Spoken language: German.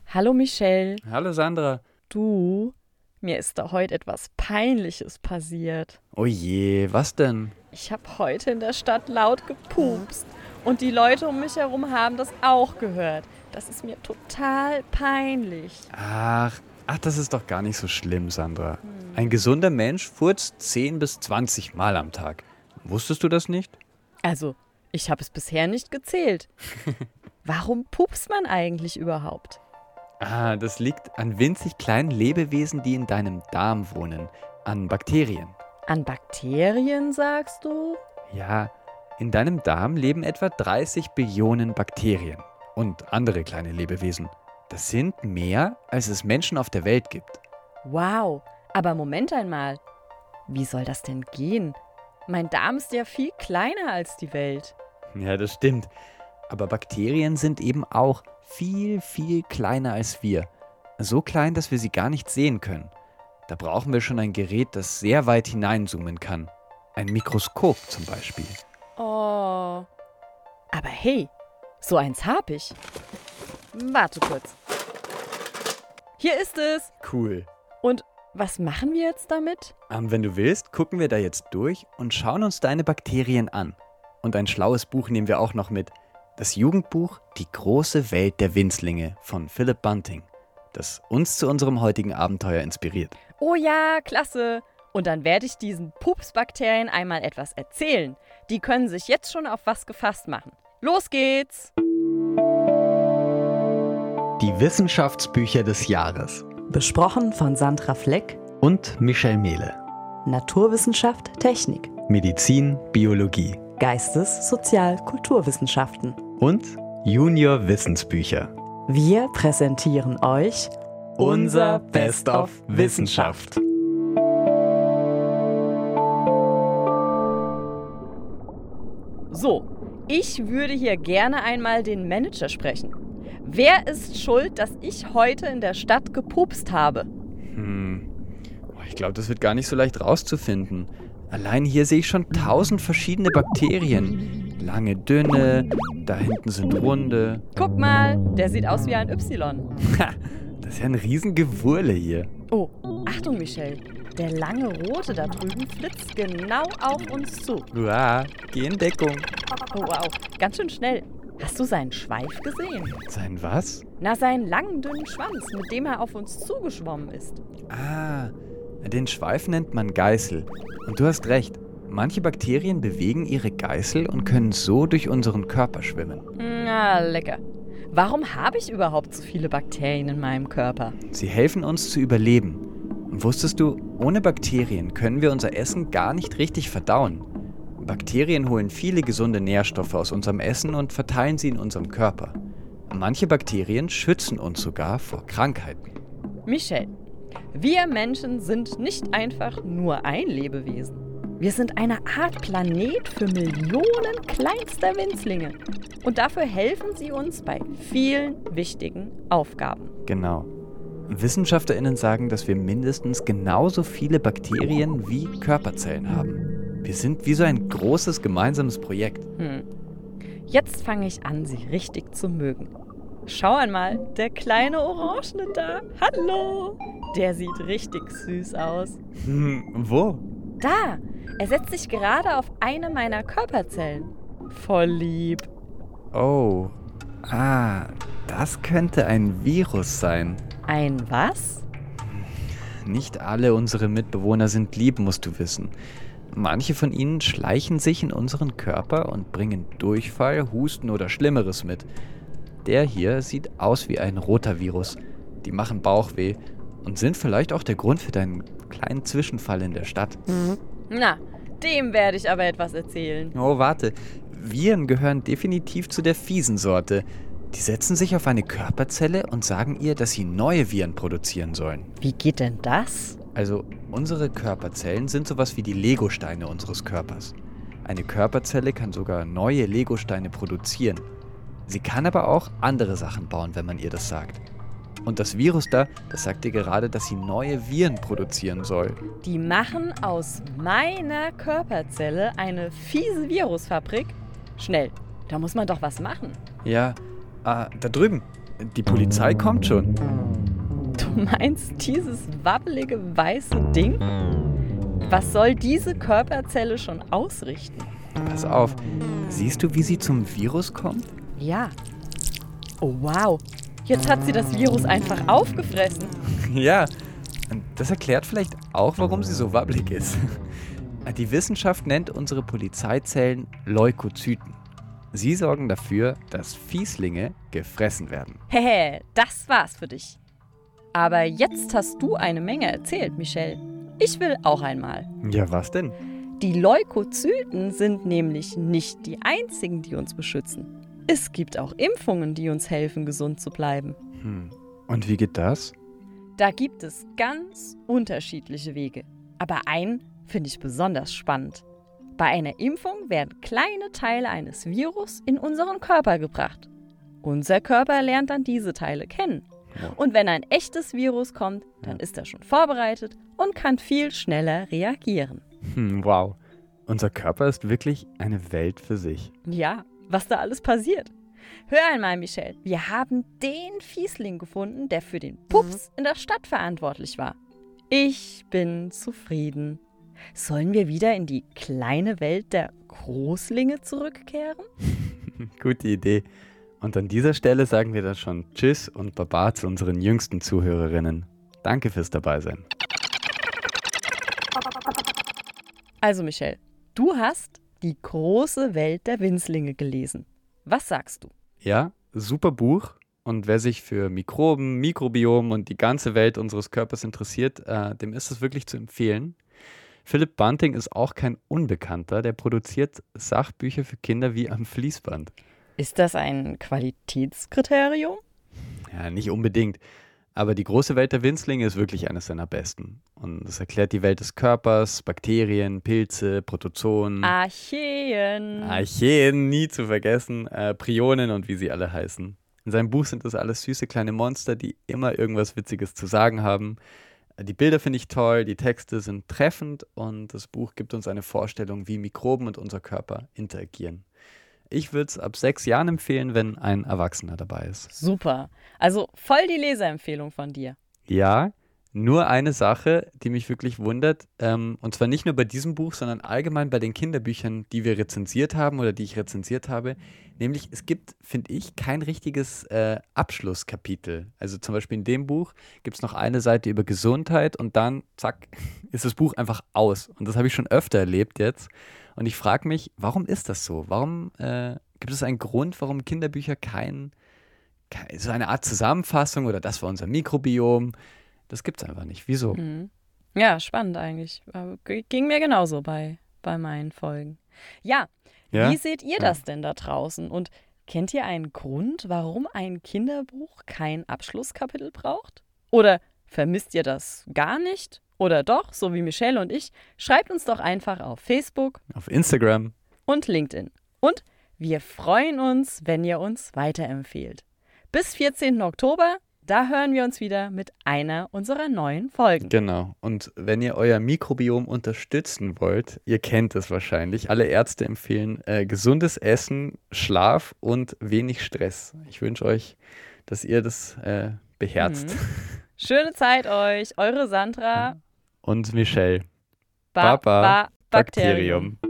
Hallo Michelle, Hallo Sandra. du, mir ist da heute etwas Peinliches passiert. Oh je, was denn? Ich habe heute in der Stadt laut gepupst und die Leute um mich herum haben das auch gehört. Das ist mir total peinlich. Ach, das ist doch gar nicht so schlimm, Sandra. Ein gesunder Mensch furzt 10 bis 20 Mal am Tag. Wusstest du das nicht? Also, ich habe es bisher nicht gezählt. Warum pupst man eigentlich überhaupt? Das liegt an winzig kleinen Lebewesen, die in deinem Darm wohnen. An Bakterien. An Bakterien, sagst du? Ja, in deinem Darm leben etwa 30 Billionen Bakterien. Und andere kleine Lebewesen. Das sind mehr, als es Menschen auf der Welt gibt. Wow, aber Moment einmal. Wie soll das denn gehen? Mein Darm ist ja viel kleiner als die Welt. Ja, das stimmt. Aber Bakterien sind eben auch viel, viel kleiner als wir. So klein, dass wir sie gar nicht sehen können. Da brauchen wir schon ein Gerät, das sehr weit hineinzoomen kann. Ein Mikroskop zum Beispiel. Oh. Aber hey, so eins hab ich. Warte kurz. Hier ist es. Cool. Und was machen wir jetzt damit? Wenn du willst, gucken wir da jetzt durch und schauen uns deine Bakterien an. Und ein schlaues Buch nehmen wir auch noch mit. Das Jugendbuch Die große Welt der Winzlinge von Philip Bunting, das uns zu unserem heutigen Abenteuer inspiriert. Oh ja, klasse. Und dann werde ich diesen Pupsbakterien einmal etwas erzählen. Die können sich jetzt schon auf was gefasst machen. Los geht's! Die Wissenschaftsbücher des Jahres. Besprochen von Sandra Fleck, Und Michelle Mehle. Naturwissenschaft, Technik, Medizin, Biologie. Geistes-, Sozial-, Kulturwissenschaften. Und Junior Wissensbücher. Wir präsentieren euch Unser Best of Wissenschaft. So, ich würde hier gerne einmal den Manager sprechen. Wer ist schuld, dass ich heute in der Stadt gepupst habe? Ich glaube, das wird gar nicht so leicht rauszufinden. Allein hier sehe ich schon 1000 verschiedene Bakterien. Lange, dünne, da hinten sind runde. Guck mal, der sieht aus wie ein Y. Das ist ja ein Riesengewurle hier. Oh, Achtung Michelle, der lange rote da drüben flitzt genau auf uns zu. Uah, geh in Deckung. Oh wow, ganz schön schnell. Hast du seinen Schweif gesehen? Sein was? Na, seinen langen, dünnen Schwanz, mit dem er auf uns zugeschwommen ist. Den Schweif nennt man Geißel. Und du hast recht, manche Bakterien bewegen ihre Geißel und können so durch unseren Körper schwimmen. Na, lecker. Warum habe ich überhaupt so viele Bakterien in meinem Körper? Sie helfen uns zu überleben. Und wusstest du, ohne Bakterien können wir unser Essen gar nicht richtig verdauen. Bakterien holen viele gesunde Nährstoffe aus unserem Essen und verteilen sie in unserem Körper. Manche Bakterien schützen uns sogar vor Krankheiten. Michelle, wir Menschen sind nicht einfach nur ein Lebewesen. Wir sind eine Art Planet für Millionen kleinster Winzlinge. Und dafür helfen sie uns bei vielen wichtigen Aufgaben. Genau. WissenschaftlerInnen sagen, dass wir mindestens genauso viele Bakterien wie Körperzellen haben. Wir sind wie so ein großes gemeinsames Projekt. Jetzt fange ich an, sie richtig zu mögen. Schau einmal, der kleine Orangene da. Hallo! Der sieht richtig süß aus. Wo? Da! Er setzt sich gerade auf eine meiner Körperzellen. Voll lieb. Oh. Das könnte ein Virus sein. Ein was? Nicht alle unsere Mitbewohner sind lieb, musst du wissen. Manche von ihnen schleichen sich in unseren Körper und bringen Durchfall, Husten oder Schlimmeres mit. Der hier sieht aus wie ein roter Virus. Die machen Bauchweh und sind vielleicht auch der Grund für deinen kleinen Zwischenfall in der Stadt. Na, dem werde ich aber etwas erzählen. Oh, warte. Viren gehören definitiv zu der fiesen Sorte. Die setzen sich auf eine Körperzelle und sagen ihr, dass sie neue Viren produzieren sollen. Wie geht denn das? Also, unsere Körperzellen sind sowas wie die Legosteine unseres Körpers. Eine Körperzelle kann sogar neue Legosteine produzieren. Sie kann aber auch andere Sachen bauen, wenn man ihr das sagt. Und das Virus da, das sagt ihr gerade, dass sie neue Viren produzieren soll. Die machen aus meiner Körperzelle eine fiese Virusfabrik? Schnell, da muss man doch was machen. Ja, da drüben. Die Polizei kommt schon. Du meinst dieses wabbelige weiße Ding? Was soll diese Körperzelle schon ausrichten? Pass auf. Siehst du, wie sie zum Virus kommt? Ja. Oh wow, jetzt hat sie das Virus einfach aufgefressen. Ja, und das erklärt vielleicht auch, warum sie so wabbelig ist. Die Wissenschaft nennt unsere Polizeizellen Leukozyten. Sie sorgen dafür, dass Fieslinge gefressen werden. Hehe, das war's für dich. Aber jetzt hast du eine Menge erzählt, Michelle. Ich will auch einmal. Ja, was denn? Die Leukozyten sind nämlich nicht die einzigen, die uns beschützen. Es gibt auch Impfungen, die uns helfen, gesund zu bleiben. Und wie geht das? Da gibt es ganz unterschiedliche Wege. Aber einen finde ich besonders spannend. Bei einer Impfung werden kleine Teile eines Virus in unseren Körper gebracht. Unser Körper lernt dann diese Teile kennen. Und wenn ein echtes Virus kommt, dann ist er schon vorbereitet und kann viel schneller reagieren. Wow. Unser Körper ist wirklich eine Welt für sich. Ja, was da alles passiert. Hör einmal, Michelle, wir haben den Fiesling gefunden, der für den Pups in der Stadt verantwortlich war. Ich bin zufrieden. Sollen wir wieder in die kleine Welt der Großlinge zurückkehren? Gute Idee. Und an dieser Stelle sagen wir dann schon Tschüss und Baba zu unseren jüngsten Zuhörerinnen. Danke fürs Dabeisein. Also Michelle, du hast Die große Welt der Winzlinge gelesen. Was sagst du? Ja, super Buch. Und wer sich für Mikroben, Mikrobiom und die ganze Welt unseres Körpers interessiert, dem ist es wirklich zu empfehlen. Philipp Banting ist auch kein Unbekannter. Der produziert Sachbücher für Kinder wie am Fließband. Ist das ein Qualitätskriterium? Ja, nicht unbedingt. Aber die große Welt der Winzlinge ist wirklich eines seiner besten. Und es erklärt die Welt des Körpers, Bakterien, Pilze, Protozoen, Archeen, nie zu vergessen, Prionen und wie sie alle heißen. In seinem Buch sind das alles süße kleine Monster, die immer irgendwas Witziges zu sagen haben. Die Bilder finde ich toll, die Texte sind treffend und das Buch gibt uns eine Vorstellung, wie Mikroben und unser Körper interagieren. Ich würde es ab 6 Jahren empfehlen, wenn ein Erwachsener dabei ist. Super. Also voll die Leserempfehlung von dir. Ja, nur eine Sache, die mich wirklich wundert, und zwar nicht nur bei diesem Buch, sondern allgemein bei den Kinderbüchern, die wir rezensiert haben oder die ich rezensiert habe, nämlich es gibt, finde ich, kein richtiges Abschlusskapitel. Also zum Beispiel in dem Buch gibt es noch eine Seite über Gesundheit und dann, zack, ist das Buch einfach aus. Und das habe ich schon öfter erlebt jetzt. Und ich frage mich, warum ist das so? Warum gibt es einen Grund, warum Kinderbücher so eine Art Zusammenfassung oder das war unser Mikrobiom, das gibt es einfach nicht. Wieso? Ja, spannend eigentlich. Ging mir genauso bei meinen Folgen. Ja, wie seht ihr das denn da draußen? Und kennt ihr einen Grund, warum ein Kinderbuch kein Abschlusskapitel braucht? Oder vermisst ihr das gar nicht? Oder doch, so wie Michelle und ich, schreibt uns doch einfach auf Facebook, auf Instagram und LinkedIn. Und wir freuen uns, wenn ihr uns weiterempfehlt. Bis 14. Oktober, da hören wir uns wieder mit einer unserer neuen Folgen. Genau. Und wenn ihr euer Mikrobiom unterstützen wollt, ihr kennt es wahrscheinlich, alle Ärzte empfehlen gesundes Essen, Schlaf und wenig Stress. Ich wünsche euch, dass ihr das beherzt. Schöne Zeit euch, eure Sandra und Michelle. Bakterium.